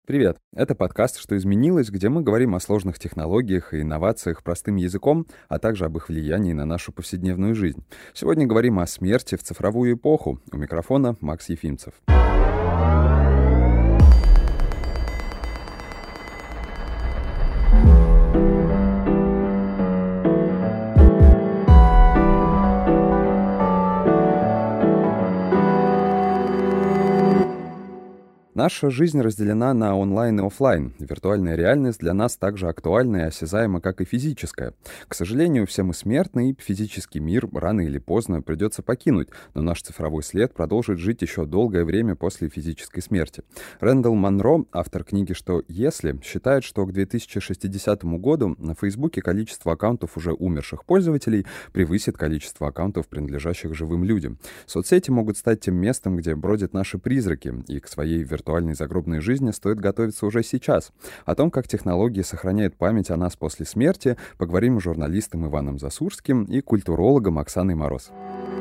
Привет! Это подкаст «Что изменилось?», где мы говорим о сложных технологиях и инновациях простым языком, а также об их влиянии на нашу повседневную жизнь. Сегодня говорим о смерти в цифровую эпоху. У микрофона Макс Ефимцев. Наша жизнь разделена на онлайн и офлайн. Виртуальная реальность для нас так же актуальна и осязаема, как и физическая. К сожалению, все мы смертны, и физический мир рано или поздно придется покинуть, но наш цифровой след продолжит жить еще долгое время после физической смерти. Рэндалл Монро, автор книги «Что если?», считает, что к 2060 году на Фейсбуке количество аккаунтов уже умерших пользователей превысит количество аккаунтов, принадлежащих живым людям. Соцсети могут стать тем местом, где бродят наши призраки, и к своей виртуальной загробной жизни стоит готовиться уже сейчас. О том, как технологии сохраняют память о нас после смерти, поговорим с журналистом Иваном Засурским и культурологом Оксаной Мороз.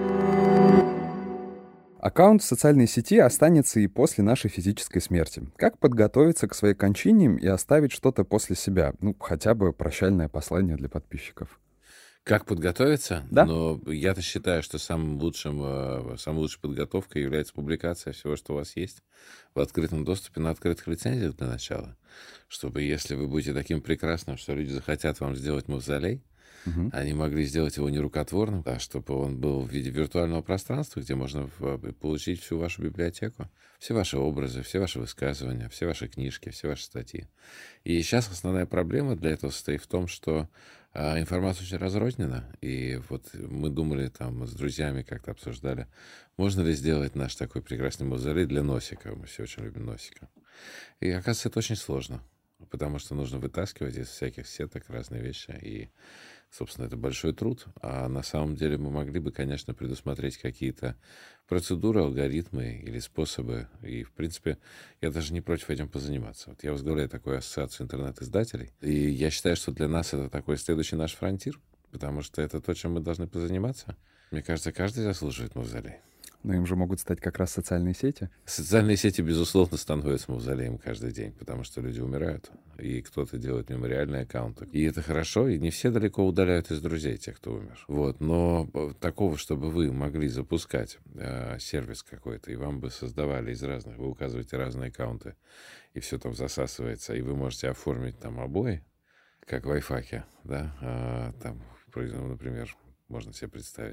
Аккаунт в социальной сети останется и после нашей физической смерти. Как подготовиться к своей кончине и оставить что-то после себя? Хотя бы прощальное послание для подписчиков. Как подготовиться? Да? Но я-то считаю, что самой лучшей подготовкой является публикация всего, что у вас есть в открытом доступе на открытых лицензиях для начала. Чтобы, если вы будете таким прекрасным, что люди захотят вам сделать мавзолей, они могли сделать его нерукотворным, а чтобы он был в виде виртуального пространства, где можно получить всю вашу библиотеку, все ваши образы, все ваши высказывания, все ваши книжки, все ваши статьи. И сейчас основная проблема для этого состоит в том, что информация очень разрознена. И вот мы думали там с друзьями, как-то обсуждали, можно ли сделать наш такой прекрасный мавзолей для носика. Мы все очень любим носика. И оказывается, это очень сложно, потому что нужно вытаскивать из всяких сеток разные вещи. И, собственно, это большой труд. А на самом деле мы могли бы, конечно, предусмотреть какие-то процедуры, алгоритмы или способы. И, в принципе, я даже не против этим позаниматься. Вот я возглавляю такую ассоциацию интернет-издателей. И я считаю, что для нас это такой следующий наш фронтир, потому что это то, чем мы должны позаниматься. Мне кажется, каждый заслуживает мавзолей. Но им же могут стать как раз социальные сети. Социальные сети, безусловно, становятся мавзолеем каждый день, потому что люди умирают, и кто-то делает мемориальные аккаунты. И это хорошо, и не все далеко удаляют из друзей тех, кто умер. Вот. Но такого, чтобы вы могли запускать сервис какой-то, и вам бы создавали из разных, вы указываете разные аккаунты, и все там засасывается, и вы можете оформить там обои, как в айфаке, да, там, например, можно себе представить.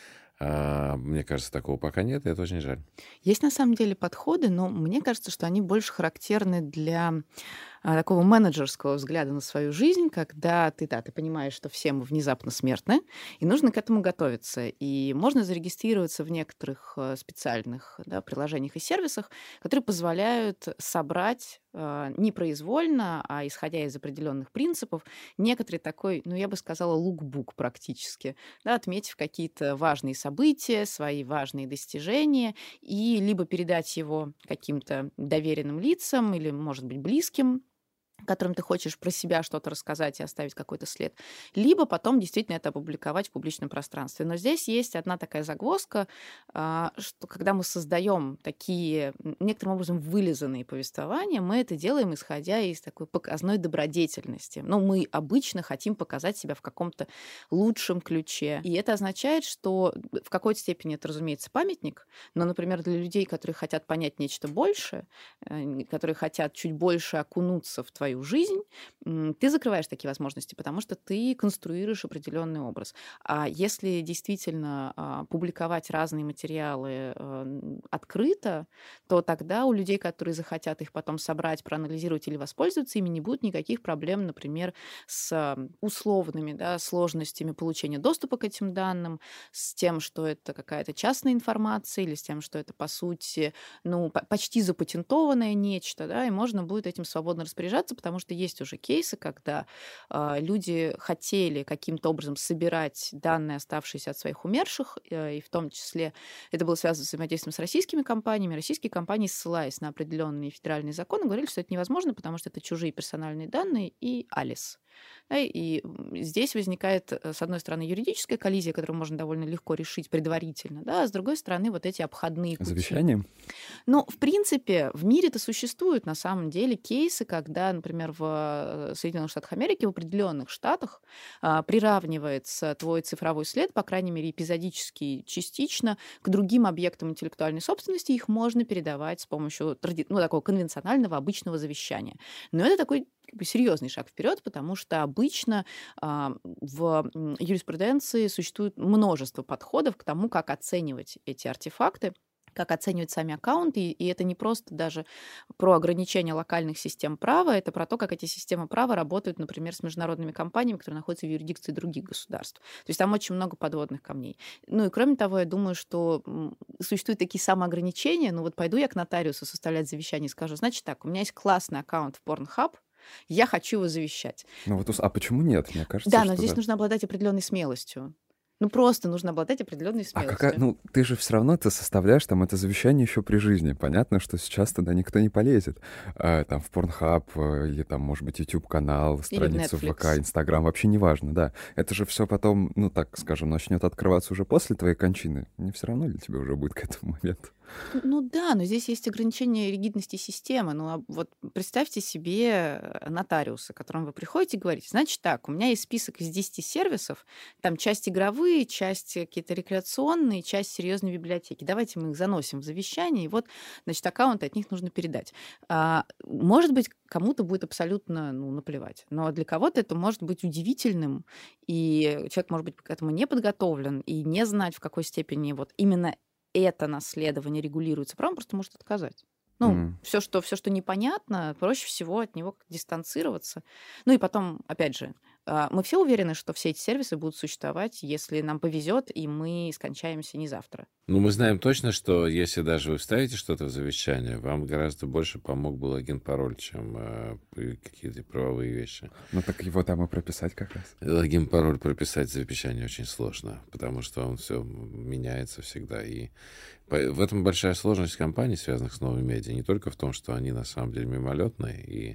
Мне кажется, такого пока нет, и это очень жаль. Есть на самом деле подходы, но мне кажется, что они больше характерны для такого менеджерского взгляда на свою жизнь, когда ты понимаешь, что все мы внезапно смертны, и нужно к этому готовиться. И можно зарегистрироваться в некоторых специальных приложениях и сервисах, которые позволяют собрать непроизвольно, а исходя из определенных принципов, некоторый такой, я бы сказала, лукбук практически, отметив какие-то важные события, свои важные достижения, и либо передать его каким-то доверенным лицам или, может быть, близким, которым ты хочешь про себя что-то рассказать и оставить какой-то след, либо потом действительно это опубликовать в публичном пространстве. Но здесь есть одна такая загвоздка, что когда мы создаем такие, некоторым образом, вылизанные повествования, мы это делаем, исходя из такой показной добродетельности. Мы обычно хотим показать себя в каком-то лучшем ключе. И это означает, что в какой-то степени это, разумеется, памятник, но, например, для людей, которые хотят понять нечто большее, которые хотят чуть больше окунуться в твою жизнь, ты закрываешь такие возможности, потому что ты конструируешь определенный образ. А если действительно публиковать разные материалы открыто, то тогда у людей, которые захотят их потом собрать, проанализировать или воспользоваться ими, не будет никаких проблем, например, с условными сложностями получения доступа к этим данным, с тем, что это какая-то частная информация, или с тем, что это, по сути, почти запатентованное нечто, и можно будет этим свободно распоряжаться, потому что есть уже кейсы, когда люди хотели каким-то образом собирать данные, оставшиеся от своих умерших, и в том числе это было связано с взаимодействием с российскими компаниями. Российские компании, ссылаясь на определенные федеральные законы, говорили, что это невозможно, потому что это чужие персональные данные и алис. Да, и здесь возникает, с одной стороны, юридическая коллизия, которую можно довольно легко решить предварительно, да, а с другой стороны, вот эти обходные пути. Завещание? Ну, в принципе, в мире-то существуют на самом деле кейсы, когда, например, в Соединенных Штатах Америки, в определенных штатах приравнивается твой цифровой след, по крайней мере, эпизодически, частично, к другим объектам интеллектуальной собственности. Их можно передавать с помощью такого конвенционального обычного завещания. Но это такой серьезный шаг вперед, потому что обычно в юриспруденции существует множество подходов к тому, как оценивать эти артефакты, как оценивать сами аккаунты, и это не просто даже про ограничение локальных систем права, это про то, как эти системы права работают, например, с международными компаниями, которые находятся в юрисдикции других государств. То есть там очень много подводных камней. Ну и кроме того, я думаю, что существуют такие самоограничения. Ну вот пойду я к нотариусу составлять завещание и скажу, значит так, у меня есть классный аккаунт в Pornhub, я хочу его завещать. Ну вот, а почему нет? Мне кажется, Да, но что здесь да. нужно обладать определенной смелостью. Ну, просто нужно обладать определенной А какая, смелостью. ну, ты же все равно ты составляешь там это завещание еще при жизни. Понятно, что сейчас туда никто не полезет. Там в Pornhub или там, может быть, YouTube-канал, Или в страницу в ВК, Netflix. Инстаграм, вообще неважно, да. Это же все потом, ну, так скажем, начнет открываться уже после твоей кончины. Не все равно ли тебе уже будет к этому моменту? Ну да, но здесь есть ограничение ригидности системы. Ну а вот представьте себе нотариуса, к которому вы приходите и говорите, значит так, у меня есть список из 10 сервисов, там часть игровые, часть какие-то рекреационные, часть серьезной библиотеки. Давайте мы их заносим в завещание, и вот, значит, аккаунты от них нужно передать. Может быть, кому-то будет абсолютно наплевать, но для кого-то это может быть удивительным, и человек может быть к этому не подготовлен и не знать, в какой степени вот именно это наследование регулируется правом, просто может отказать. Ну, все, что непонятно, проще всего от него как-то дистанцироваться. Ну и потом, опять же, мы все уверены, что все эти сервисы будут существовать, если нам повезет, и мы скончаемся не завтра. Ну, мы знаем точно, что если даже вы вставите что-то в завещание, вам гораздо больше помог бы логин-пароль, чем какие-то правовые вещи. Ну так его там и прописать как раз. Логин-пароль прописать в завещание очень сложно, потому что он все меняется всегда. И в этом большая сложность компаний, связанных с новыми медиа, не только в том, что они на самом деле мимолетные и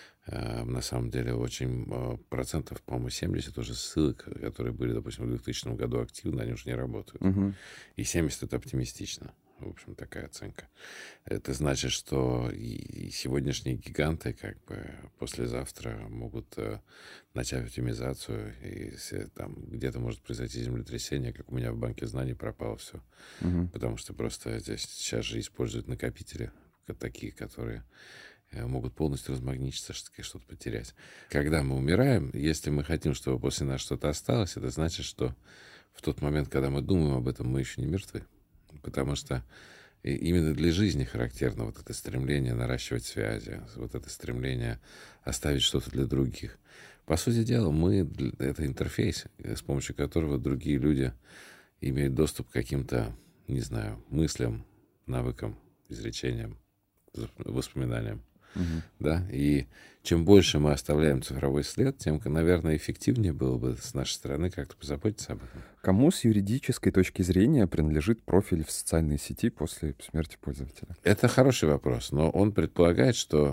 на самом деле очень процентов, по-моему, 70 уже ссылок, которые были, допустим, в 2000 году активны, они уже не работают. И 70 — это оптимистично. В общем, такая оценка. Это значит, что и сегодняшние гиганты как бы послезавтра могут начать оптимизацию, и там где-то может произойти землетрясение, как у меня в банке знаний пропало все. Потому что просто здесь сейчас же используют накопители, такие, которые могут полностью размагничиться, что-то потерять. Когда мы умираем, если мы хотим, чтобы после нас что-то осталось, это значит, что в тот момент, когда мы думаем об этом, мы еще не мертвы. Потому что именно для жизни характерно вот это стремление наращивать связи, вот это стремление оставить что-то для других. По сути дела, это интерфейс, с помощью которого другие люди имеют доступ к каким-то, не знаю, мыслям, навыкам, изречениям, воспоминаниям. Да? И чем больше мы оставляем цифровой след, тем, наверное, эффективнее было бы с нашей стороны как-то позаботиться об этом. Кому с юридической точки зрения принадлежит профиль в социальной сети после смерти пользователя? Это хороший вопрос, но он предполагает, что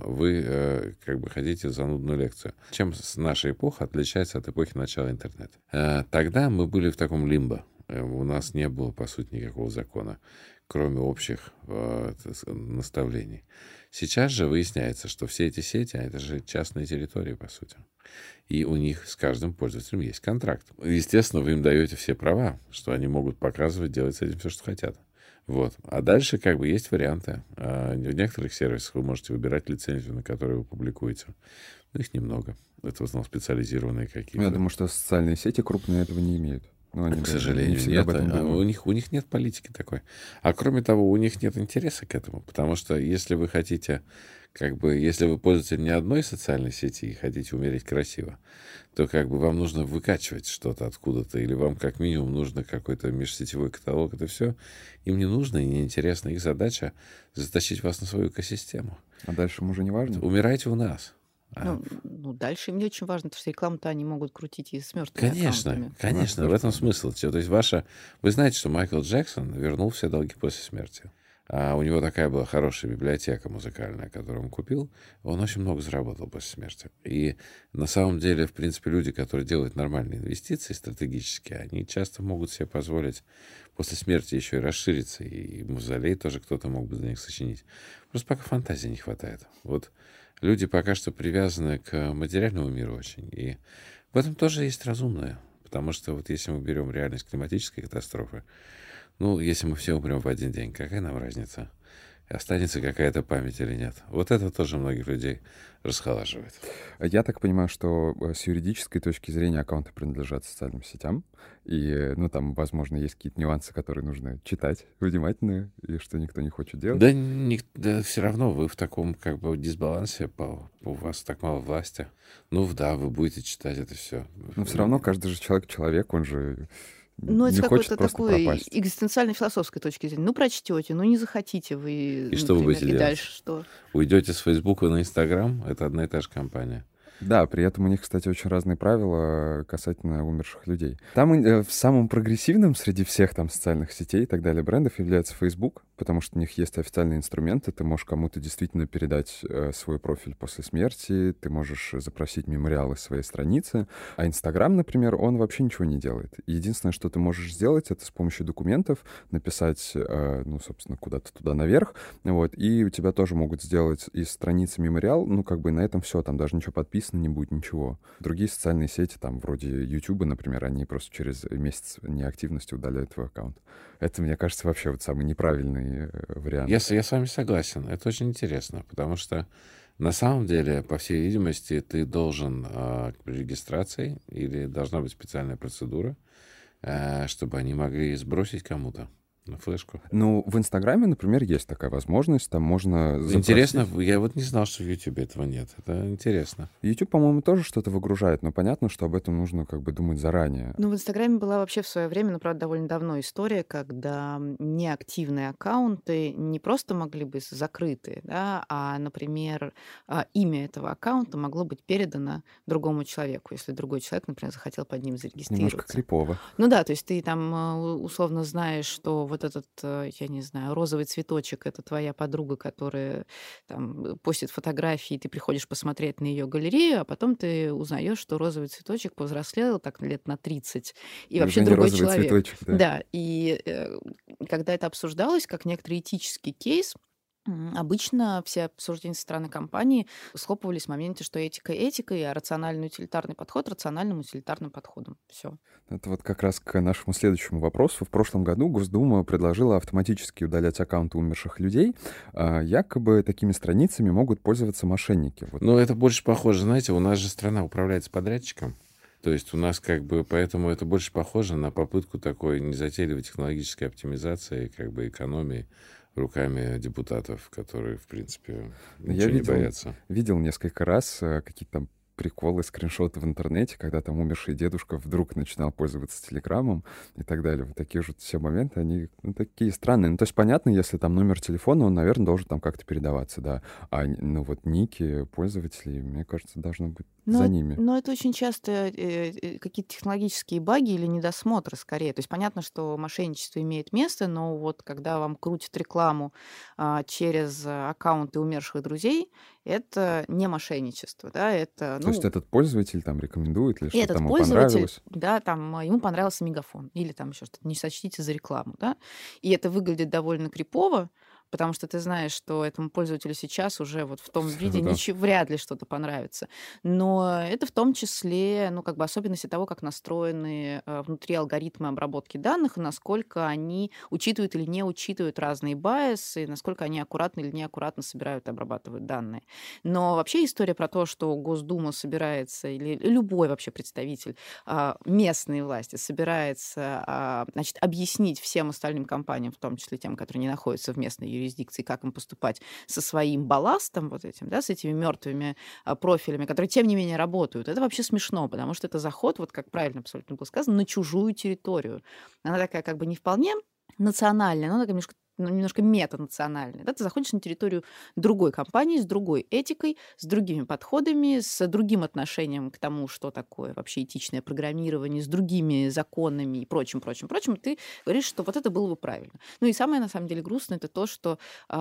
вы как бы хотите занудную лекцию. Чем наша эпоха отличается от эпохи начала интернета? Тогда мы были в таком лимбо. У нас не было, по сути, никакого закона, кроме общих наставлений. Сейчас же выясняется, что все эти сети — это же частные территории, по сути. И у них с каждым пользователем есть контракт. Естественно, вы им даете все права, что они могут показывать, делать с этим все, что хотят. Вот. А дальше как бы есть варианты. В некоторых сервисах вы можете выбирать лицензию, на которой вы публикуете. Но их немного. Это в основном специализированные какие-то. Я думаю, что социальные сети крупные этого не имеют. К сожалению, нет. У них нет политики такой. А кроме того, у них нет интереса к этому. Потому что если вы хотите, если вы пользуетесь не одной социальной сети и хотите умереть красиво, то вам нужно выкачивать что-то откуда-то, или вам как минимум нужно какой-то межсетевой каталог. Это все им не нужно и не интересно. Их задача затащить вас на свою экосистему. А дальше им уже не важно? Умирайте у нас. Дальше им не очень важно, потому что рекламу-то они могут крутить и с мертвыми аккаунтами. Конечно, в этом смысл. То есть вы знаете, что Майкл Джексон вернул все долги после смерти. У него такая была хорошая библиотека музыкальная, которую он купил. Он очень много заработал после смерти. И на самом деле, в принципе, люди, которые делают нормальные инвестиции стратегические, они часто могут себе позволить после смерти еще и расшириться. И мавзолей тоже кто-то мог бы за них сочинить. Просто пока фантазии не хватает. Вот люди пока что привязаны к материальному миру очень. И в этом тоже есть разумное. Потому что вот если мы берем реальность климатической катастрофы, ну, если мы все умрем в один день, какая нам разница? Останется какая-то память или нет? Вот это тоже многих людей расхолаживает. Я так понимаю, что с юридической точки зрения аккаунты принадлежат социальным сетям, и, ну, там, возможно, есть какие-то нюансы, которые нужно читать внимательно, и что никто не хочет делать. Да, все равно вы в таком как бы дисбалансе, у вас так мало власти. Ну, да, вы будете читать это все. Но все равно каждый же человек, он же Ну, это не с хочет какой-то просто такой пропасть. экзистенциальной философской точки зрения. Ну, прочтете, ну, не захотите вы, И что вы например, будете и делать? дальше что? Уйдете с Фейсбука на Инстаграм, это одна и та же компания. Да, при этом у них, кстати, очень разные правила касательно умерших людей. Там самым прогрессивным среди всех там социальных сетей и так далее брендов является Facebook, потому что у них есть официальные инструменты, ты можешь кому-то действительно передать свой профиль после смерти, ты можешь запросить мемориал из своей страницы, а Instagram, например, он вообще ничего не делает. Единственное, что ты можешь сделать, это с помощью документов написать, ну, собственно, куда-то туда наверх, вот, и у тебя тоже могут сделать из страницы мемориал, ну, как бы на этом все, там даже ничего подписано не будет, ничего. Другие социальные сети, там, вроде YouTube, например, они просто через месяц неактивности удаляют твой аккаунт. Это, мне кажется, вообще вот самый неправильный вариант. Я с вами согласен. Это очень интересно, потому что на самом деле, по всей видимости, ты должен при регистрации или должна быть специальная процедура, чтобы они могли сбросить кому-то на флешку. Ну, в Инстаграме, например, есть такая возможность, там можно запросить. Интересно, я вот не знал, что в Ютубе этого нет. Это интересно. YouTube, по-моему, тоже что-то выгружает, но понятно, что об этом нужно как бы думать заранее. Ну, в Инстаграме была вообще в свое время, ну, правда, довольно давно история, когда неактивные аккаунты не просто могли быть закрыты, да, а, например, имя этого аккаунта могло быть передано другому человеку, если другой человек, например, захотел под ним Немножко зарегистрироваться. крипово. Ну да, то есть ты там условно знаешь, что вот этот, я не знаю, розовый цветочек — это твоя подруга, которая там постит фотографии, ты приходишь посмотреть на ее галерею, а потом ты узнаешь, что розовый цветочек повзрослел так лет на 30, и И вообще уже не другой розовый человек. цветочек, да. Да, и когда это обсуждалось как некоторый этический кейс, обычно все обсуждения со стороны компании схлопывались в моменте, что этика этикой, а рациональный утилитарный подход рациональным утилитарным подходом. Все. Это вот как раз к нашему следующему вопросу. В прошлом году Госдума предложила автоматически удалять аккаунты умерших людей. Якобы такими страницами могут пользоваться мошенники. Вот. Но это больше похоже, знаете, у нас же страна управляется подрядчиком. То есть у нас как бы, поэтому это больше похоже на попытку такой незатейливой технологической оптимизации, как бы экономии руками депутатов, которые, в принципе, ничего не боятся. Видел несколько раз какие-то там приколы, скриншоты в интернете, когда там умерший дедушка вдруг начинал пользоваться Телеграмом и так далее. Вот такие же все моменты, они такие странные. Ну, то есть понятно, если там номер телефона, он, наверное, должен там как-то передаваться, да. А ну вот ники пользователей, мне кажется, должно быть за ними. Но это очень часто какие-то технологические баги или недосмотры скорее. То есть понятно, что мошенничество имеет место, но вот когда вам крутят рекламу через аккаунты умерших друзей, это не мошенничество, да, это, То есть этот пользователь там рекомендует или что-то этот ему пользователь, понравилось? да, там ему понравился Мегафон или там еще что-то, не сочтите за рекламу, да, и это выглядит довольно крипово, потому что ты знаешь, что этому пользователю сейчас уже вот в том виде Да. вряд ли что-то понравится. Но это в том числе, ну, как бы особенности того, как настроены внутри алгоритмы обработки данных, и насколько они учитывают или не учитывают разные байесы, насколько они аккуратно или неаккуратно собирают и обрабатывают данные. Но вообще история про то, что Госдума собирается, или любой вообще представитель местной власти собирается, значит, объяснить всем остальным компаниям, в том числе тем, которые не находятся в местной юрисдикции, как им поступать со своим балластом вот этим, да, с этими мертвыми профилями, которые, тем не менее, работают. Это вообще смешно, потому что это заход, вот как правильно абсолютно было сказано, на чужую территорию. Она такая как бы не вполне национальная, но такая немножко немножко метанациональное. Да? Ты заходишь на территорию другой компании с другой этикой, с другими подходами, с другим отношением к тому, что такое вообще этичное программирование, с другими законами и прочим, прочим, прочим. Ты говоришь, что вот это было бы правильно. Ну и самое, на самом деле, грустное, это то, что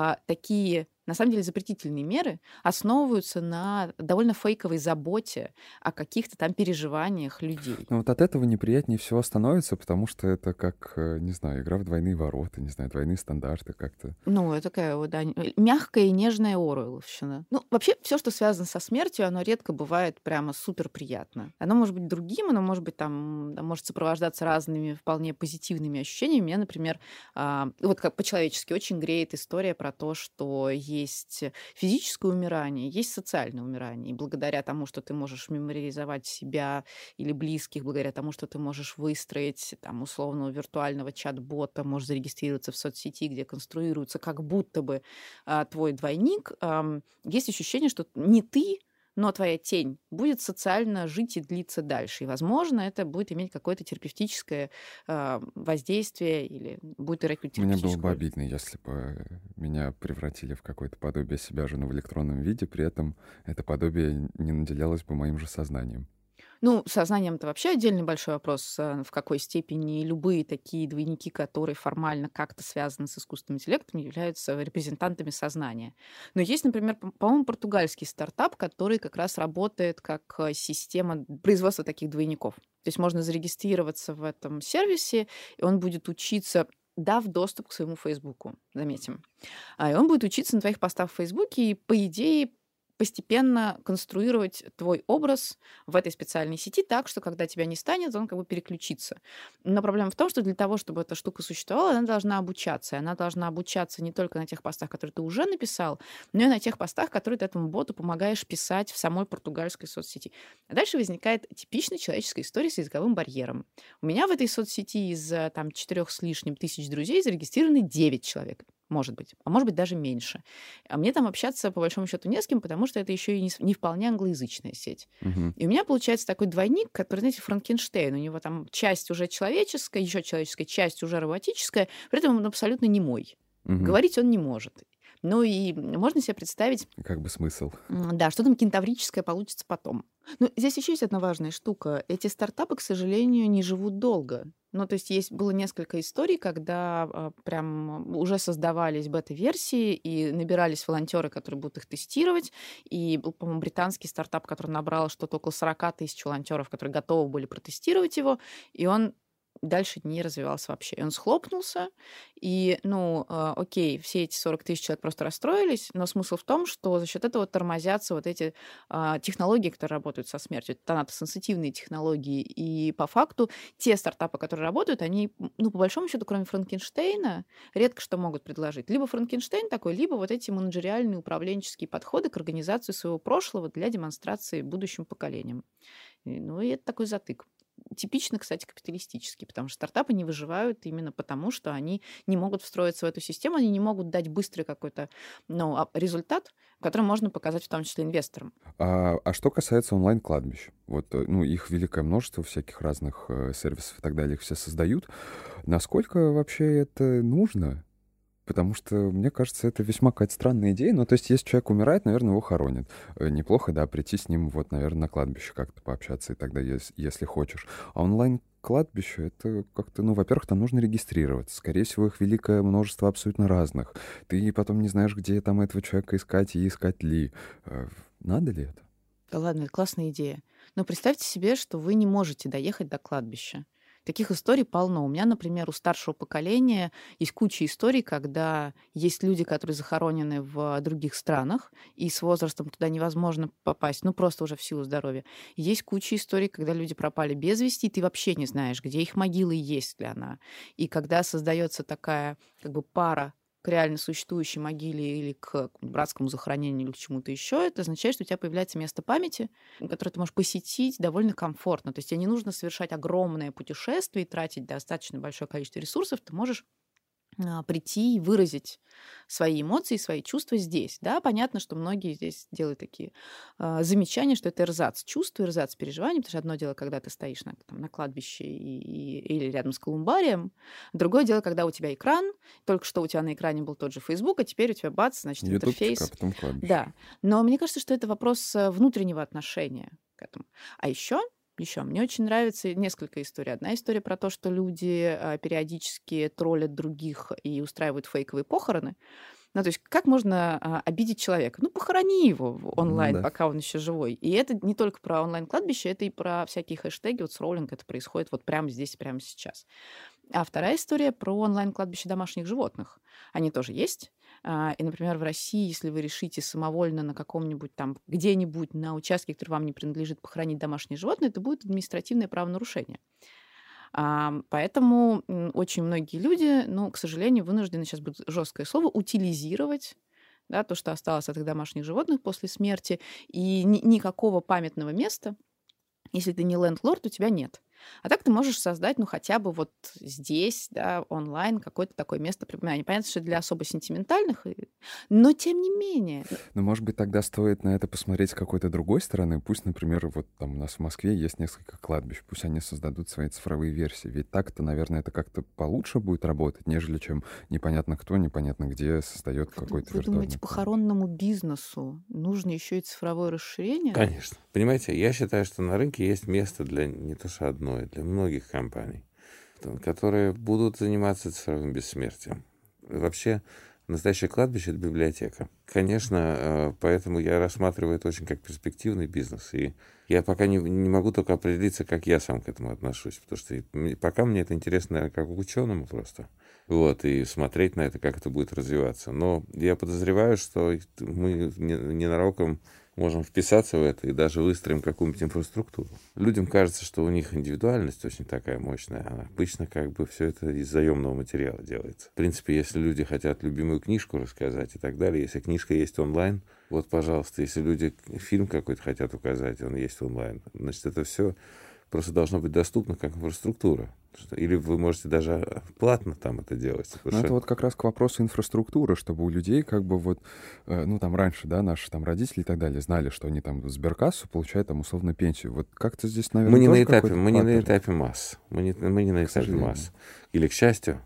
такие, на самом деле, запретительные меры основываются на довольно фейковой заботе о каких-то там переживаниях людей. Ну вот от этого неприятнее всего становится, потому что это как, не знаю, игра в двойные ворота, не знаю, двойные стандарты как-то. Ну, это такая вот, да, мягкая и нежная Оруэлловщина. Ну, вообще, все, что связано со смертью, оно редко бывает прямо супер приятно. Оно может быть другим, оно может быть там, может сопровождаться разными вполне позитивными ощущениями. Меня, например, вот как по-человечески очень греет история про то, что есть физическое умирание, есть социальное умирание. И благодаря тому, что ты можешь мемориализовать себя или близких, благодаря тому, что ты можешь выстроить там условного виртуального чат-бота, можешь зарегистрироваться в соцсети, где конструируется как будто бы твой двойник, есть ощущение, что не ты, но твоя тень будет социально жить и длиться дальше. И, возможно, это будет иметь какое-то терапевтическое воздействие или будет играть какую-то Мне было терапевтическую бы роль. обидно, если бы меня превратили в какое-то подобие себя же, но в электронном виде, при этом это подобие не наделялось бы моим же сознанием. Ну, сознанием это вообще отдельный большой вопрос, в какой степени любые такие двойники, которые формально как-то связаны с искусственным интеллектом, являются репрезентантами сознания. Но есть, например, по-моему, португальский стартап, который как раз работает как система производства таких двойников. То есть можно зарегистрироваться в этом сервисе, и он будет учиться, дав доступ к своему Фейсбуку, заметим. И он будет учиться на твоих постах в Фейсбуке и, по идее, постепенно конструировать твой образ в этой специальной сети так, что когда тебя не станет, он как бы переключится. Но проблема в том, что для того, чтобы эта штука существовала, она должна обучаться. И она должна обучаться не только на тех постах, которые ты уже написал, но и на тех постах, которые ты этому боту помогаешь писать в самой португальской соцсети. А дальше возникает типичная человеческая история с языковым барьером. У меня в этой соцсети из там 4 с лишним тысяч друзей зарегистрированы 9 человек. Может быть. А может быть, даже меньше. А мне там общаться, по большому счету, не с кем, потому что это еще и не вполне англоязычная сеть. Мгм. И у меня получается такой двойник, который, знаете, Франкенштейн. У него там часть уже человеческая, еще человеческая, часть уже роботическая, при этом он абсолютно не мой. Мгм. Говорить он не может. Ну и можно себе представить, Как бы смысл. да, что там кентаврическое получится потом. Ну, здесь еще есть одна важная штука. Эти стартапы, к сожалению, не живут долго. Ну, то есть было несколько историй, когда прям уже создавались бета-версии и набирались волонтеры, которые будут их тестировать. И был, по-моему, британский стартап, который набрал что-то около 40 тысяч волонтеров, которые готовы были протестировать его, и он дальше не развивался вообще. И он схлопнулся, и, окей, все эти 40 тысяч человек просто расстроились, но смысл в том, что за счет этого тормозятся вот эти технологии, которые работают со смертью, тонатосенситивные технологии, и по факту те стартапы, которые работают, они, по большому счету, кроме Франкенштейна, редко что могут предложить. Либо Франкенштейн такой, либо вот эти менеджериальные управленческие подходы к организации своего прошлого для демонстрации будущим поколениям. И это такой затык. Типично, кстати, капиталистический, потому что стартапы не выживают именно потому, что они не могут встроиться в эту систему, они не могут дать быстрый какой-то результат, который можно показать в том числе инвесторам. А что касается онлайн-кладбищ, вот, их великое множество всяких разных сервисов и так далее, их все создают. Насколько вообще это нужно? Потому что, мне кажется, это весьма какая-то странная идея. Ну, то есть, если человек умирает, наверное, его хоронят. Неплохо, да, прийти с ним, вот, наверное, на кладбище как-то пообщаться и тогда, если хочешь. А онлайн-кладбище, это как-то, во-первых, там нужно регистрироваться. Скорее всего, их великое множество абсолютно разных. Ты потом не знаешь, где там этого человека искать и искать ли. Надо ли это? Да ладно, это классная идея. Но представьте себе, что вы не можете доехать до кладбища. Таких историй полно. У меня, например, у старшего поколения есть куча историй, когда есть люди, которые захоронены в других странах, и с возрастом туда невозможно попасть, просто уже в силу здоровья. Есть куча историй, когда люди пропали без вести, и ты вообще не знаешь, где их могила и есть ли она. И когда создается такая как бы пара к реально существующей могиле или к братскому захоронению или к чему-то еще, это означает, что у тебя появляется место памяти, которое ты можешь посетить довольно комфортно. То есть тебе не нужно совершать огромное путешествие и тратить достаточно большое количество ресурсов. Ты можешь прийти и выразить свои эмоции, свои чувства здесь. Да, понятно, что многие здесь делают такие замечания, что это эрзац чувств, эрзац переживаний, потому что одно дело, когда ты стоишь на кладбище или рядом с колумбарием, другое дело, когда у тебя экран, только что у тебя на экране был тот же Facebook, а теперь у тебя бац, значит, Ютубчик, а интерфейс. потом кладбище. Да, но мне кажется, что это вопрос внутреннего отношения к этому. А еще мне очень нравится несколько историй. Одна история про то, что люди периодически троллят других и устраивают фейковые похороны. Ну, то есть как можно обидеть человека? Ну, похорони его онлайн, Да. пока он еще живой. И это не только про онлайн-кладбище, это и про всякие хэштеги. Вот с троллинг это происходит вот прямо здесь, прямо сейчас. А вторая история про онлайн-кладбище домашних животных. Они тоже есть. И, например, в России, если вы решите самовольно на каком-нибудь там, где-нибудь на участке, который вам не принадлежит, похоронить домашнее животное, это будет административное правонарушение. Поэтому очень многие люди, ну, к сожалению, вынуждены, сейчас будет жесткое слово, утилизировать, да, то, что осталось от их домашних животных после смерти, и никакого памятного места, если ты не лендлорд, у тебя нет. А так ты можешь создать, ну, хотя бы вот здесь, да, онлайн, какое-то такое место пребывания. Понятно, что для особо сентиментальных, но тем не менее. Ну, может быть, тогда стоит на это посмотреть с какой-то другой стороны. Пусть, например, вот там у нас в Москве есть несколько кладбищ, пусть они создадут свои цифровые версии. Ведь так-то, наверное, это как-то получше будет работать, нежели чем непонятно кто, непонятно где создает какой-то Вы виртуальный думаете, кладбище. похоронному бизнесу нужно еще и цифровое расширение? Конечно. Понимаете, я считаю, что на рынке есть место для не то что одной, для многих компаний, которые будут заниматься цифровым бессмертием. Вообще, настоящее кладбище — это библиотека. Конечно, поэтому я рассматриваю это очень как перспективный бизнес. И я пока не могу только определиться, как я сам к этому отношусь. Потому что пока мне это интересно, наверное, как ученому просто. Вот, и смотреть на это, как это будет развиваться. Но я подозреваю, что мы ненароком можем вписаться в это и даже выстроим какую-нибудь инфраструктуру. Людям кажется, что у них индивидуальность очень такая мощная. А обычно как бы все это из заемного материала делается. В принципе, если люди хотят любимую книжку рассказать и так далее, если книжка есть онлайн, вот, пожалуйста, если люди фильм какой-то хотят указать, он есть онлайн, значит, это все просто должно быть доступно как инфраструктура. Или вы можете даже платно там это делать. Ну, это вот как раз к вопросу инфраструктуры, чтобы у людей как бы вот, ну, там раньше, да, наши там родители и так далее знали, что они там в сберкассу получают там условно пенсию. Вот как-то здесь, наверное, мы не тоже на этапе, какой-то мы не на фактор, этапе масс. Мы не на этапе сожалению. масс. Или к счастью,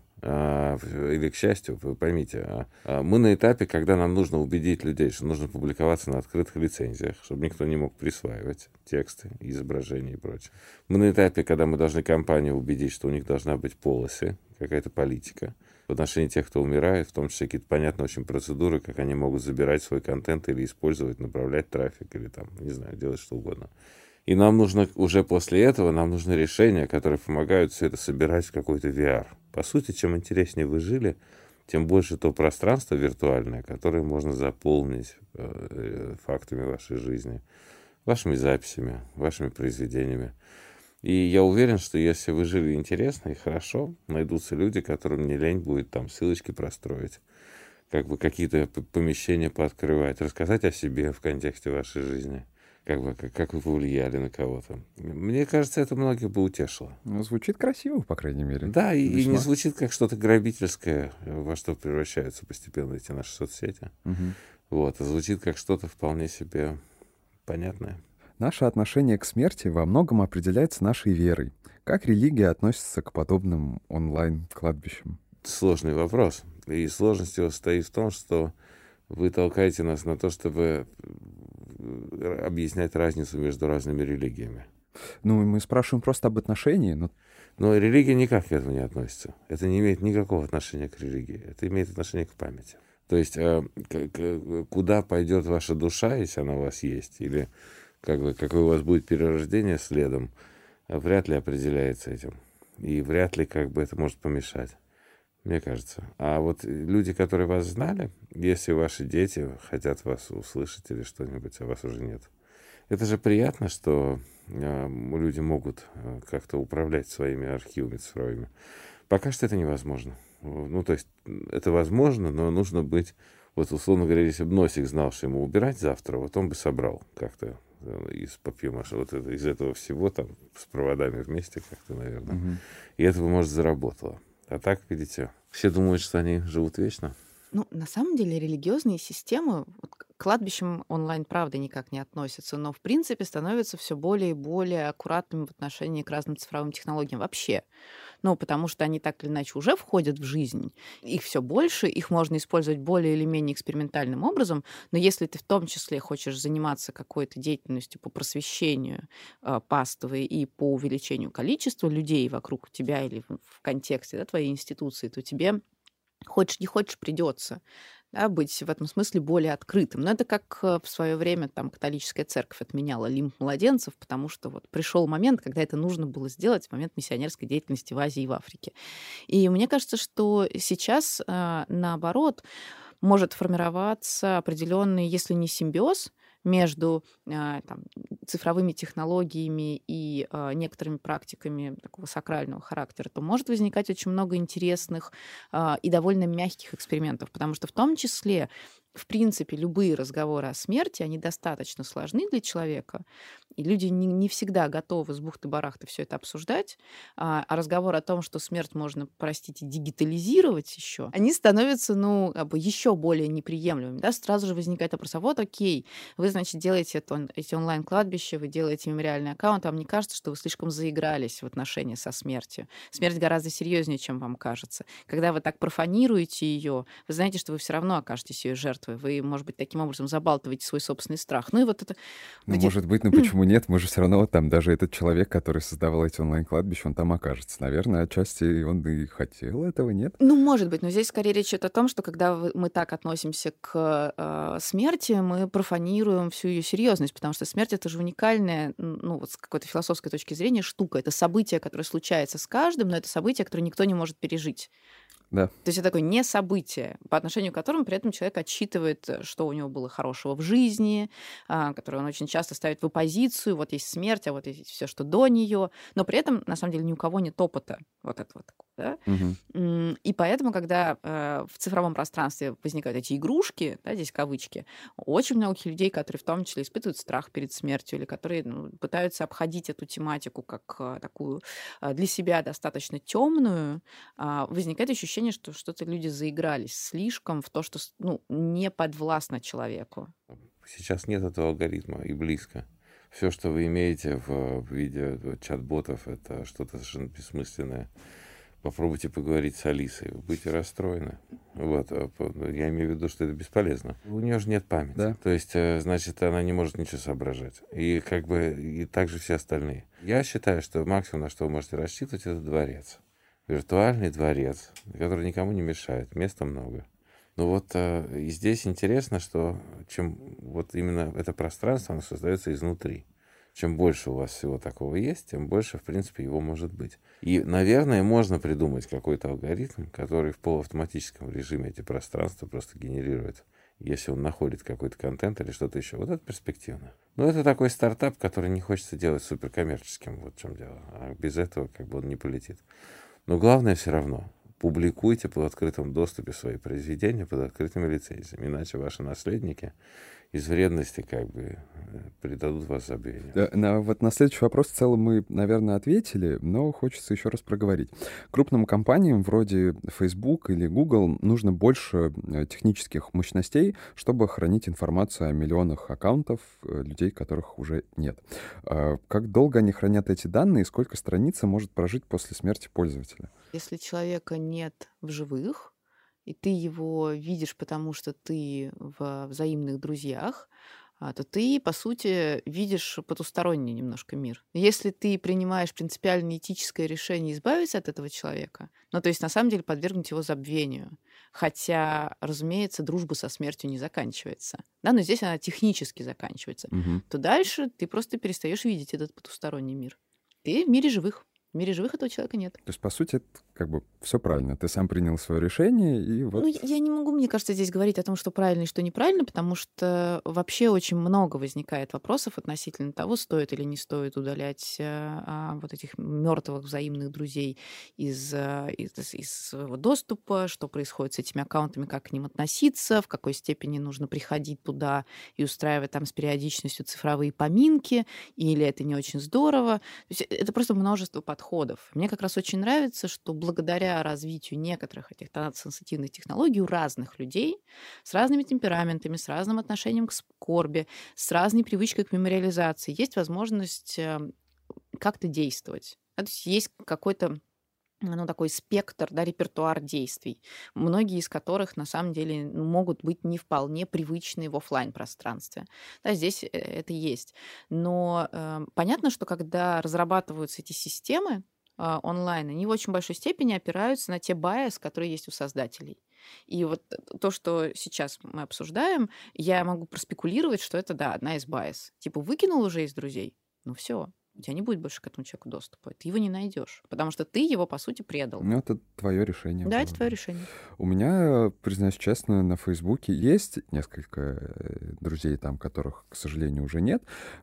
вы поймите, мы на этапе, когда нам нужно убедить людей, что нужно публиковаться на открытых лицензиях, чтобы никто не мог присваивать тексты, изображения и прочее. Мы на этапе, когда мы должны компанию убедить, что у них должна быть policy, какая-то политика в отношении тех, кто умирает, в том числе какие-то понятные очень процедуры, как они могут забирать свой контент или использовать, направлять трафик, или там, не знаю, делать что угодно. И нам нужно уже после этого, нам нужны решения, которые помогают все это собирать в какой-то VR. По сути, чем интереснее вы жили, тем больше то пространство виртуальное, которое можно заполнить фактами вашей жизни, вашими записями, вашими произведениями. И я уверен, что если вы жили интересно и хорошо, найдутся люди, которым не лень будет там ссылочки простроить, как бы какие-то помещения пооткрывать, рассказать о себе в контексте вашей жизни. Как вы повлияли на кого-то. Мне кажется, это многих бы утешило. Ну, звучит красиво, по крайней мере. Да, и не Весьма. звучит как что-то грабительское, во что превращаются постепенно эти наши соцсети. Мгм. Вот, а звучит как что-то вполне себе понятное. Наше отношение к смерти во многом определяется нашей верой. Как религия относится к подобным онлайн-кладбищам? Сложный вопрос. И сложность его состоит в том, что вы толкаете нас на то, чтобы объяснять разницу между разными религиями. Ну, и мы спрашиваем просто об отношении, но Но религия никак к этому не относится. Это не имеет никакого отношения к религии. Это имеет отношение к памяти. То есть куда пойдет ваша душа, если она у вас есть, или какое у вас будет перерождение следом, вряд ли определяется этим. И вряд ли это может помешать, мне кажется. А вот люди, которые вас знали, если ваши дети хотят вас услышать или что-нибудь, а вас уже нет. Это же приятно, что люди могут как-то управлять своими архивами цифровыми. Пока что это невозможно. Ну, то есть это возможно, но нужно быть, вот условно говоря, если бы Носик знал, что ему убирать завтра, вот он бы собрал как-то из папье-маше, вот из этого всего там с проводами вместе как-то, наверное. Мгм. И это бы, может, заработало. А так, видите, все думают, что они живут вечно. Ну, на самом деле религиозные системы вот к кладбищам онлайн, правда, никак не относятся, но, в принципе, становятся все более и более аккуратными в отношении к разным цифровым технологиям вообще. Ну, потому что они так или иначе уже входят в жизнь, их все больше, их можно использовать более или менее экспериментальным образом, но если ты в том числе хочешь заниматься какой-то деятельностью по просвещению паствы и по увеличению количества людей вокруг тебя или в контексте, да, твоей институции, то тебе хочешь не хочешь, придется, да, быть в этом смысле более открытым. Но это как в свое время там католическая церковь отменяла лимб младенцев, потому что вот пришел момент, когда это нужно было сделать в момент миссионерской деятельности в Азии и в Африке. И мне кажется, что сейчас, наоборот, может формироваться определенный, если не симбиоз между там, цифровыми технологиями и некоторыми практиками такого сакрального характера, то может возникать очень много интересных и довольно мягких экспериментов, потому что в том числе, в принципе, любые разговоры о смерти, они достаточно сложны для человека, и люди не всегда готовы с бухты-барахты все это обсуждать, а разговор о том, что смерть можно, простите, дигитализировать еще, они становятся, ну, как бы еще более неприемлемыми, да, сразу же возникает вопрос, а вот окей, вы, значит, делаете эти онлайн-кладбища, вы делаете мемориальный аккаунт, вам не кажется, что вы слишком заигрались в отношении со смертью? Смерть гораздо серьезнее, чем вам кажется. Когда вы так профанируете ее, вы знаете, что вы все равно окажетесь ее жертвой. Вы, может быть, таким образом забалтываете свой собственный страх. Ну и вот это... Ну, может быть, ну почему нет? Мы же все равно там, даже этот человек, который создавал эти онлайн-кладбища, он там окажется. Наверное, отчасти он и хотел этого, нет? Ну, может быть, но здесь скорее речь идет о том, что когда мы так относимся к смерти, мы профанируем всю ее серьезность, потому что смерть это же уникальная, ну, вот с какой-то философской точки зрения, штука. Это событие, которое случается с каждым, но это событие, которое никто не может пережить. Да. То есть это такое не событие, по отношению к которому при этом человек отсчитывает, что у него было хорошего в жизни, которое он очень часто ставит в оппозицию. Вот есть смерть, а вот есть все, что до нее. Но при этом, на самом деле, ни у кого нет опыта вот этого такого. Да? И поэтому, когда в цифровом пространстве возникают эти игрушки, да, здесь кавычки, очень много людей, которые в том числе испытывают страх перед смертью или которые пытаются обходить эту тематику как такую для себя достаточно темную, возникает ощущение, что что-то люди заигрались слишком в то, что не подвластно человеку. Сейчас нет этого алгоритма и близко. Все, что вы имеете в виде чат-ботов, это что-то совершенно бессмысленное. Попробуйте поговорить с Алисой, вы будете расстроены. Вот. Я имею в виду, что это бесполезно. У нее же нет памяти. Да. То есть, значит, она не может ничего соображать. И как бы и так же все остальные. Я считаю, что максимум, на что вы можете рассчитывать, это дворец. Виртуальный дворец, который никому не мешает. Места много. Но вот и здесь интересно, что чем вот именно это пространство, оно создается изнутри. Чем больше у вас всего такого есть, тем больше, в принципе, его может быть. И, наверное, можно придумать какой-то алгоритм, который в полуавтоматическом режиме эти пространства просто генерирует, если он находит какой-то контент или что-то еще. Вот это перспективно. Но это такой стартап, который не хочется делать суперкоммерческим, вот в чем дело. А без этого как бы он не полетит. Но главное все равно, публикуйте под открытым доступе свои произведения под открытыми лицензиями, иначе ваши наследники из вредности как бы предадут вас забвению. Да, вот на следующий вопрос в целом мы, наверное, ответили, но хочется еще раз проговорить. Крупным компаниям вроде Facebook или Google нужно больше технических мощностей, чтобы хранить информацию о миллионах аккаунтов людей, которых уже нет. Как долго они хранят эти данные и сколько страница может прожить после смерти пользователя? Если человека нет в живых, и ты его видишь, потому что ты в взаимных друзьях, то ты, по сути, видишь потусторонний немножко мир. Если ты принимаешь принципиально этическое решение избавиться от этого человека, ну, то есть, на самом деле, подвергнуть его забвению, хотя, разумеется, дружба со смертью не заканчивается, да, но здесь она технически заканчивается, то дальше ты просто перестаешь видеть этот потусторонний мир. Ты в мире живых. В мире живых этого человека нет. То есть, по сути, это как бы все правильно. Ты сам принял свое решение, и вот... Ну, я не могу, мне кажется, здесь говорить о том, что правильно и что неправильно, потому что вообще очень много возникает вопросов относительно того, стоит или не стоит удалять вот этих мертвых взаимных друзей из своего доступа, что происходит с этими аккаунтами, как к ним относиться, в какой степени нужно приходить туда и устраивать там с периодичностью цифровые поминки, или это не очень здорово. То есть это просто множество подходов. Мне как раз очень нравится, что благодаря развитию некоторых этих сенситивных технологий у разных людей с разными темпераментами, с разным отношением к скорби, с разной привычкой к мемориализации есть возможность как-то действовать. То есть какой-то такой спектр, да, репертуар действий, многие из которых на самом деле могут быть не вполне привычные в офлайн пространстве. Да, здесь это есть. Но понятно, что когда разрабатываются эти системы онлайн, они в очень большой степени опираются на те байс, которые есть у создателей. И вот то, что сейчас мы обсуждаем, я могу проспекулировать, что это, да, одна из байс. Типа выкинул уже из друзей, ну все, у тебя не будет больше к этому человеку доступа. Ты его не найдешь, потому что ты его, по сути, предал. Ну, это твое решение. Да, было. это твое решение. У меня, признаюсь честно, на Фейсбуке есть несколько друзей там, которых, к сожалению, уже нет.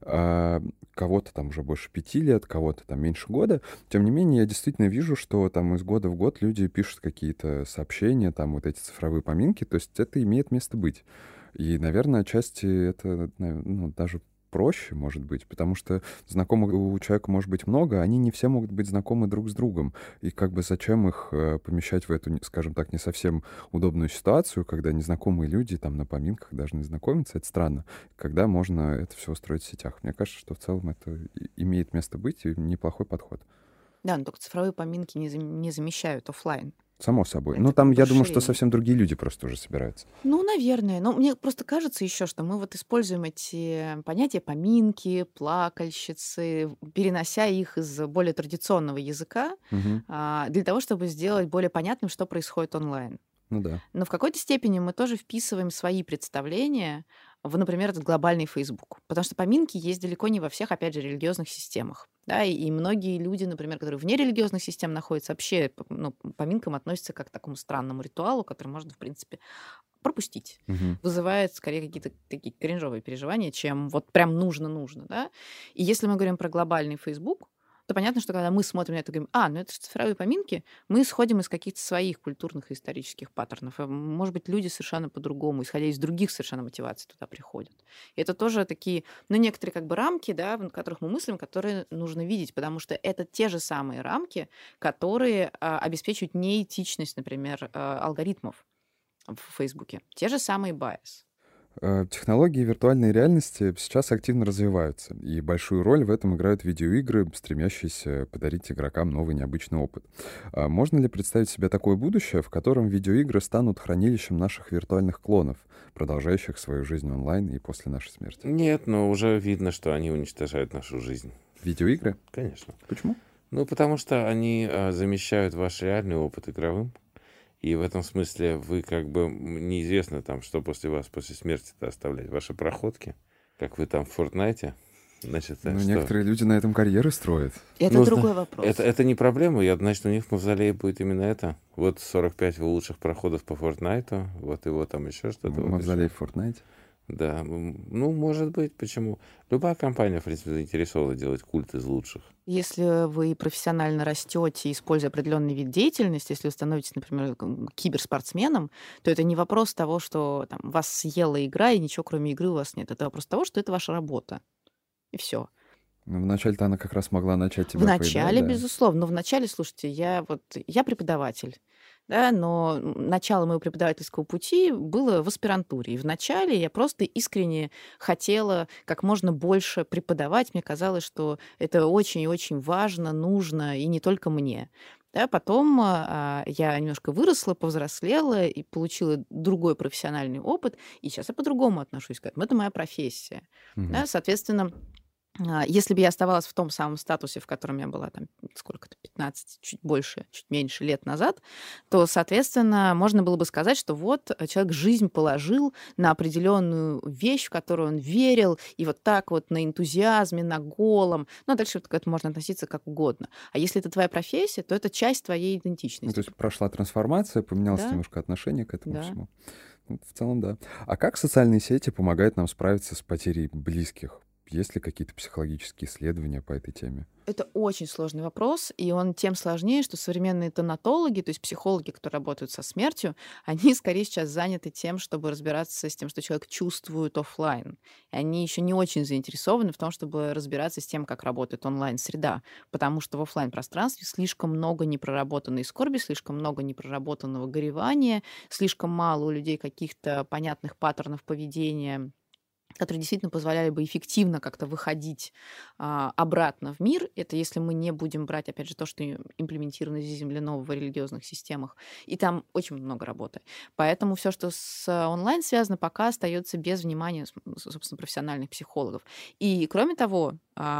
Кого-то там уже больше 5 лет, кого-то там меньше года. Тем не менее, я действительно вижу, что там из года в год люди пишут какие-то сообщения, там вот эти цифровые поминки. То есть это имеет место быть. И, наверное, отчасти это даже проще, может быть, потому что знакомых у человека может быть много, они не все могут быть знакомы друг с другом. И как бы зачем их помещать в эту, скажем так, не совсем удобную ситуацию, когда незнакомые люди там на поминках должны знакомиться, это странно, когда можно это все устроить в сетях. Мне кажется, что в целом это имеет место быть и неплохой подход. Да, но только цифровые поминки не замещают офлайн. Само собой. Это Ну, там, как бы я думаю, что расширение. совсем другие люди просто уже собираются. Ну, наверное. Но мне просто кажется еще, что мы вот используем эти понятия поминки, плакальщицы, перенося их из более традиционного языка Мгм. для того, чтобы сделать более понятным, что происходит онлайн. Ну да. Но в какой-то степени мы тоже вписываем свои представления в, например, этот глобальный Facebook. Потому что поминки есть далеко не во всех, опять же, религиозных системах. Да, и многие люди, например, которые вне религиозных систем находятся, вообще поминкам относятся как к такому странному ритуалу, который можно, в принципе, пропустить. Мгм. Вызывает скорее какие-то такие кринжовые переживания, чем вот прям нужно-нужно. Да? И если мы говорим про глобальный Facebook, то понятно, что когда мы смотрим на это и говорим, ну это же цифровые поминки, мы исходим из каких-то своих культурных и исторических паттернов. Может быть, люди совершенно по-другому, исходя из других совершенно мотиваций, туда приходят. И это тоже такие, некоторые как бы рамки, да, в которых мы мыслим, которые нужно видеть, потому что это те же самые рамки, которые обеспечивают неэтичность, например, алгоритмов в Фейсбуке. Те же самые байс. Технологии виртуальной реальности сейчас активно развиваются, и большую роль в этом играют видеоигры, стремящиеся подарить игрокам новый необычный опыт. Можно ли представить себе такое будущее, в котором видеоигры станут хранилищем наших виртуальных клонов, продолжающих свою жизнь онлайн и после нашей смерти? Нет, но уже видно, что они уничтожают нашу жизнь. Видеоигры? Конечно. Почему? Ну, потому что они замещают ваш реальный опыт игровым. И в этом смысле вы как бы неизвестно там, что после вас, после смерти-то оставлять. Ваши проходки, как вы там в Фортнайте. Значит, Ну, что? некоторые люди на этом карьеры строят. Это Ну, другой вопрос. Это не проблема. Значит, у них в мавзолее будет именно это. Вот 45 лучших проходов по Фортнайту, вот его там еще что-то. Мавзолей в Fortnite? Да, ну, может быть, почему? Любая компания, в принципе, заинтересована делать культ из лучших. Если вы профессионально растете, используя определенный вид деятельности, если вы становитесь, например, киберспортсменом, то это не вопрос того, что там, вас съела игра, и ничего кроме игры у вас нет. Это вопрос того, что это ваша работа. И все. Ну, вначале-то она как раз могла начать тебя В поедать, начале, да. безусловно. Но в начале, слушайте, я преподаватель. Да, но начало моего преподавательского пути было в аспирантуре. И вначале я просто искренне хотела как можно больше преподавать. Мне казалось, что это очень и очень важно, нужно, и не только мне. Да, потом я немножко выросла, повзрослела и получила другой профессиональный опыт. И сейчас я по-другому отношусь к этому. Это моя профессия. Мгм. Да, соответственно, если бы я оставалась в том самом статусе, в котором я была там сколько-то, 15, чуть больше, чуть меньше лет назад, то, соответственно, можно было бы сказать, что вот человек жизнь положил на определенную вещь, в которую он верил, и вот так вот на энтузиазме, на голом. Ну, а дальше к этому можно относиться как угодно. А если это твоя профессия, то это часть твоей Ну, идентичности. то есть прошла трансформация, поменялось Да. немножко отношение к этому Да. всему. Ну, в целом, да. А как социальные сети помогают нам справиться с потерей близких? есть ли какие-то психологические исследования по этой теме? Это очень сложный вопрос, и он тем сложнее, что современные тонатологи, то есть психологи, которые работают со смертью, они скорее сейчас заняты тем, чтобы разбираться с тем, что человек чувствует оффлайн. И они еще не очень заинтересованы в том, чтобы разбираться с тем, как работает онлайн-среда, потому что в оффлайн-пространстве слишком много непроработанной скорби, слишком много непроработанного горевания, слишком мало у людей каких-то понятных паттернов поведения, которые действительно позволяли бы эффективно как-то выходить обратно в мир. Это если мы не будем брать, опять же, то, что имплементировано здесь в земляного в религиозных системах. И там очень много работы. Поэтому все, что с онлайн связано, пока остается без внимания, собственно, профессиональных психологов. И, кроме того,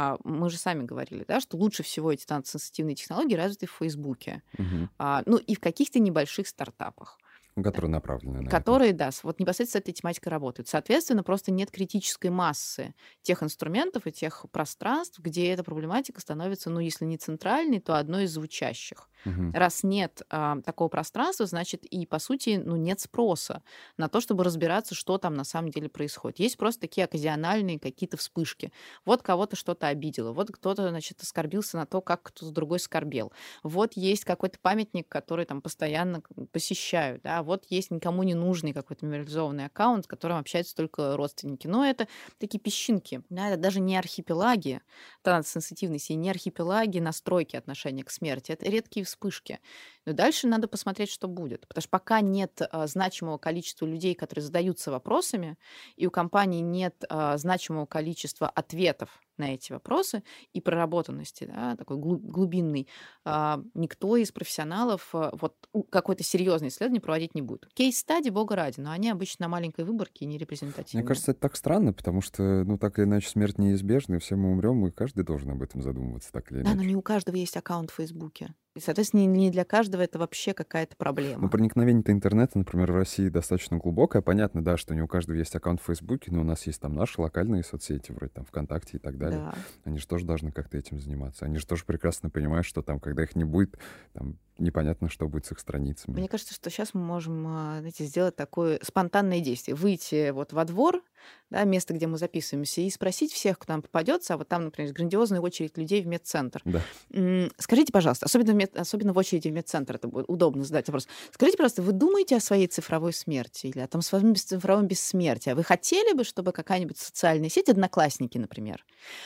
мы же сами говорили, да, что лучше всего эти сенситивные технологии развиты в Фейсбуке. Мгм. Ну и в каких-то небольших стартапах. Которые направлены на это. Которые, да, вот непосредственно с этой тематикой работают. Соответственно, просто нет критической массы тех инструментов и тех пространств, где эта проблематика становится, ну, если не центральной, то одной из звучащих. Мгм. Раз нет такого пространства, значит, и, по сути, ну, нет спроса на то, чтобы разбираться, что там на самом деле происходит. Есть просто такие оказиональные какие-то вспышки. Вот кого-то что-то обидело, вот кто-то, значит, оскорбился на то, как кто-то другой скорбел. Вот есть какой-то памятник, который там постоянно посещают, да, вот есть никому не нужный какой-то мемориализованный аккаунт, с которым общаются только родственники. Но это такие песчинки, да, это даже не архипелаги транссенситивности, не архипелаги настройки отношения к смерти, это редкие вспышки. Но дальше надо посмотреть, что будет. Потому что пока нет значимого количества людей, которые задаются вопросами, и у компании нет значимого количества ответов на эти вопросы и проработанности, да, такой глубинной, никто из профессионалов вот какое-то серьезное исследование проводить не будет. Кейс-стади, бога ради, но они обычно на маленькой выборке и не репрезентативны. Мне кажется, это так странно, потому что, ну, так или иначе, смерть неизбежна, и все мы умрем, и каждый должен об этом задумываться, так или Да, но иначе. не у каждого есть аккаунт в Фейсбуке. И, соответственно, не для каждого это вообще какая-то Но проблема. проникновение-то интернета, например, в России достаточно глубокое. Понятно, да, что не у каждого есть аккаунт в Фейсбуке, но у нас есть там наши локальные соцсети, вроде там ВКонтакте и так далее. Да. Они же тоже должны как-то этим заниматься. Они же тоже прекрасно понимают, что там, когда их не будет, там непонятно, что будет с их страницами. Мне кажется, что сейчас мы можем, знаете, сделать такое спонтанное действие. Выйти вот во двор, да, место, где мы записываемся, и спросить всех, кто нам попадется. А вот там, например, грандиозная очередь людей в медцентр. Да. Скажите, пожалуйста, особенно в очереди в медцентр, это будет удобно задать вопрос. Скажите, пожалуйста, вы думаете о своей цифровой смерти или о том своем цифровом бессмертии? А вы хотели бы, чтобы какая-нибудь социальная сеть, Одноклассники, например,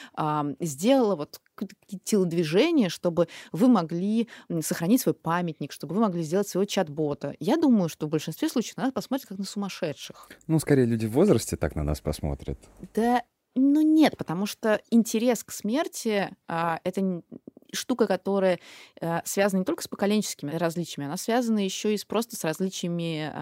сделала вот какие-то телодвижения, чтобы вы могли сохранить свой памятник, чтобы вы могли сделать своего чат-бота? Я думаю, что в большинстве случаев на нас посмотрят как на сумасшедших. Ну, скорее, люди в возрасте так на нас посмотрят. Да, ну нет, потому что интерес к смерти это штука, которая связана не только с поколенческими различиями, она связана еще и просто с различиями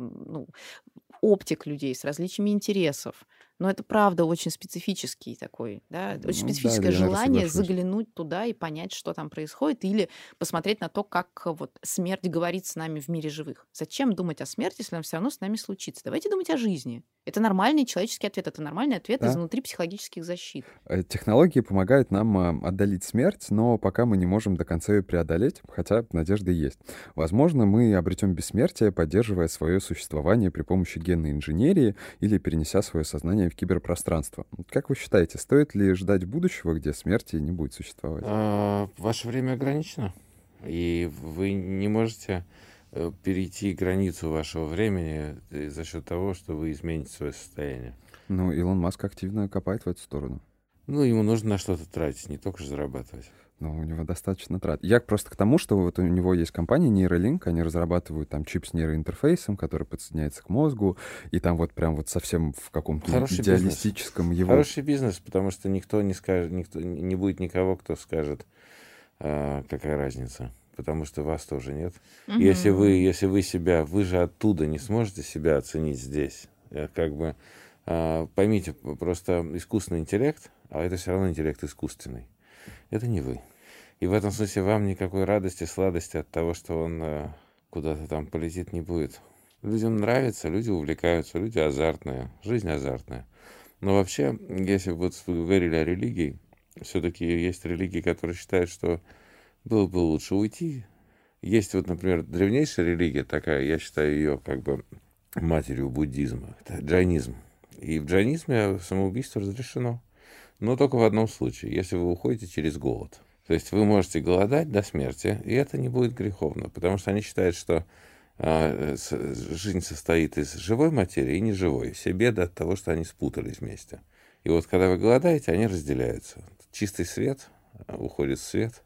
оптик людей, с различиями интересов. Но это правда очень специфический такой, да, очень Ну да, специфическое я, наверное, желание соглашусь. заглянуть туда и понять, что там происходит, или посмотреть на то, как вот смерть говорит с нами в мире живых. Зачем думать о смерти, если она все равно с нами случится? Давайте думать о жизни. Это нормальный человеческий ответ, это нормальный ответ Да. изнутри психологических защит. Технологии помогают нам отдалить смерть, но пока мы не можем до конца ее преодолеть, хотя надежда есть. Возможно, мы обретем бессмертие, поддерживая свое существование при помощи генной инженерии или перенеся свое сознание в киберпространство. Как вы считаете, стоит ли ждать будущего, где смерти не будет существовать? Ваше время ограничено, и вы не можете перейти границу вашего времени за счет того, что вы измените свое состояние. Ну, Илон Маск активно копает в эту сторону. Ну, ему нужно на что-то тратить, не только же зарабатывать. Но у него достаточно трат. Я просто к тому, что вот у него есть компания Neuralink, они разрабатывают там чип с нейроинтерфейсом, который подсоединяется к мозгу, и там вот прям вот совсем в каком-то Хороший идеалистическом его... Хороший бизнес, потому что никто не скажет, не будет никого, кто скажет, какая разница, потому что вас тоже нет. Мгм. Если вы себя, вы же оттуда не сможете себя оценить здесь. Как бы поймите, просто искусственный интеллект, а это все равно интеллект искусственный. Это не вы. И в этом смысле вам никакой радости, сладости от того, что он куда-то там полетит, не будет. Людям нравится, люди увлекаются, люди азартные, жизнь азартная. Но вообще, если вот вы говорили о религии, все-таки есть религии, которые считают, что было бы лучше уйти. Есть вот, например, древнейшая религия такая, я считаю ее как бы матерью буддизма, это джайнизм. И в джайнизме самоубийство разрешено. Но только в одном случае, если вы уходите через голод. То есть вы можете голодать до смерти, и это не будет греховно, потому что они считают, что жизнь состоит из живой материи и неживой. Все беды от того, что они спутались вместе. И вот когда вы голодаете, они разделяются. Чистый свет, уходит свет,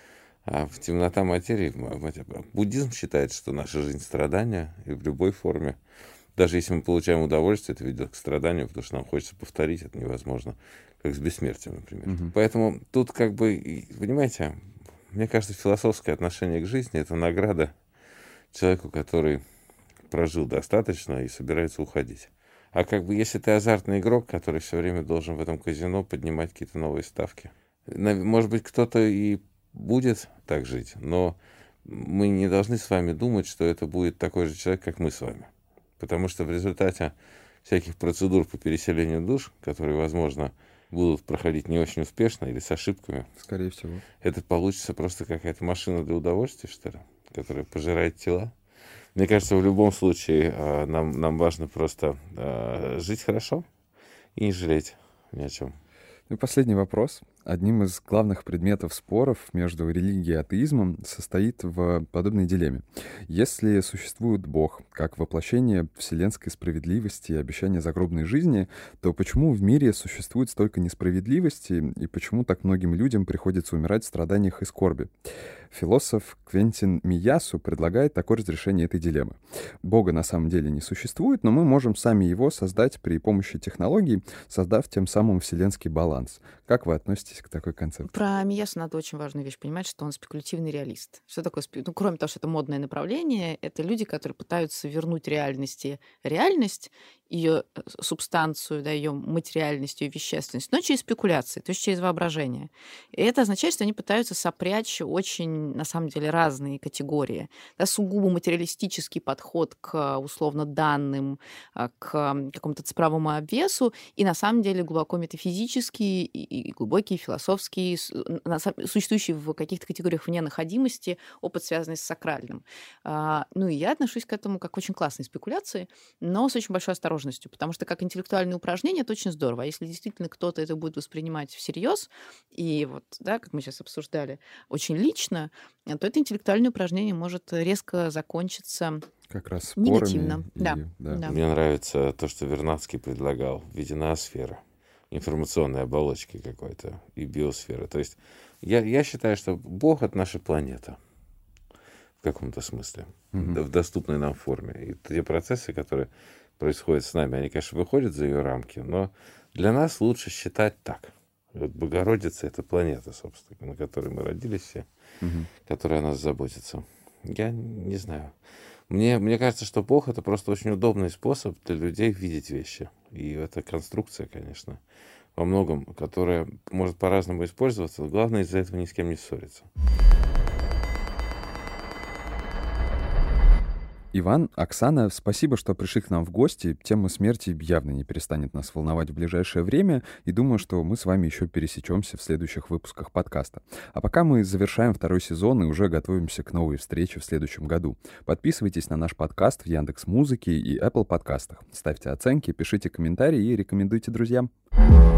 а в темнота материи... Буддизм считает, что наша жизнь — страдания, и в любой форме. Даже если мы получаем удовольствие, это ведет к страданию, потому что нам хочется повторить, это невозможно. Как с бессмертием, например. Поэтому тут понимаете, мне кажется, философское отношение к жизни — это награда человеку, который прожил достаточно и собирается уходить. А если ты азартный игрок, который все время должен в этом казино поднимать какие-то новые ставки, может быть, кто-то и будет так жить, но мы не должны с вами думать, что это будет такой же человек, как мы с вами. Потому что в результате всяких процедур по переселению душ, которые, возможно, будут проходить не очень успешно или с ошибками, скорее всего, это получится просто какая-то машина для удовольствия, что ли, которая пожирает тела. Мне кажется, в любом случае нам важно просто жить хорошо и не жалеть ни о чем. Ну и последний вопрос. Одним из главных предметов споров между религией и атеизмом состоит в подобной дилемме. Если существует Бог как воплощение вселенской справедливости и обещания загробной жизни, то почему в мире существует столько несправедливости и почему так многим людям приходится умирать в страданиях и скорби? Философ Квентин Миясу предлагает такое разрешение этой дилеммы. Бога на самом деле не существует, но мы можем сами его создать при помощи технологий, создав тем самым вселенский баланс. Как вы относитесь к такой концепции? Про Миясу надо очень важную вещь понимать, что он спекулятивный реалист. Что такое кроме того, что это модное направление, это люди, которые пытаются вернуть реальности реальность, ее субстанцию, да, ее материальность, ее вещественность, но через спекуляции, то есть через воображение. И это означает, что они пытаются сопрячь очень, на самом деле, разные категории. Да, сугубо материалистический подход к условно данным, к какому-то цифровому обвесу, и на самом деле глубоко метафизический и глубокий философский, существующий в каких-то категориях вне находимости опыт, связанный с сакральным. Ну и я отношусь к этому как к очень классной спекуляции, но с очень большой осторожностью, потому что как интеллектуальное упражнение это очень здорово. А если действительно кто-то это будет воспринимать всерьез, и вот, да, как мы сейчас обсуждали, очень лично, то это интеллектуальное упражнение может резко закончиться как раз негативно. Да. Мне нравится то, что Вернадский предлагал в виде ноосферы, информационной оболочки какой-то и биосферы. То есть я считаю, что Бог — это наша планета в каком-то смысле, в доступной нам форме. И те процессы, которые происходят с нами, они, конечно, выходят за ее рамки, но для нас лучше считать так. Вот Богородица — это планета, собственно, на которой мы родились все, которая о нас заботится. Я не знаю. Мне кажется, что Бог — это просто очень удобный способ для людей видеть вещи. И это конструкция, конечно, во многом, которая может по-разному использоваться, но главное из-за этого ни с кем не ссориться. Иван, Оксана, спасибо, что пришли к нам в гости. Тема смерти явно не перестанет нас волновать в ближайшее время, и думаю, что мы с вами еще пересечемся в следующих выпусках подкаста. А пока мы завершаем 2-й сезон и уже готовимся к новой встрече в следующем году. Подписывайтесь на наш подкаст в Яндекс.Музыке и Apple подкастах. Ставьте оценки, пишите комментарии и рекомендуйте друзьям.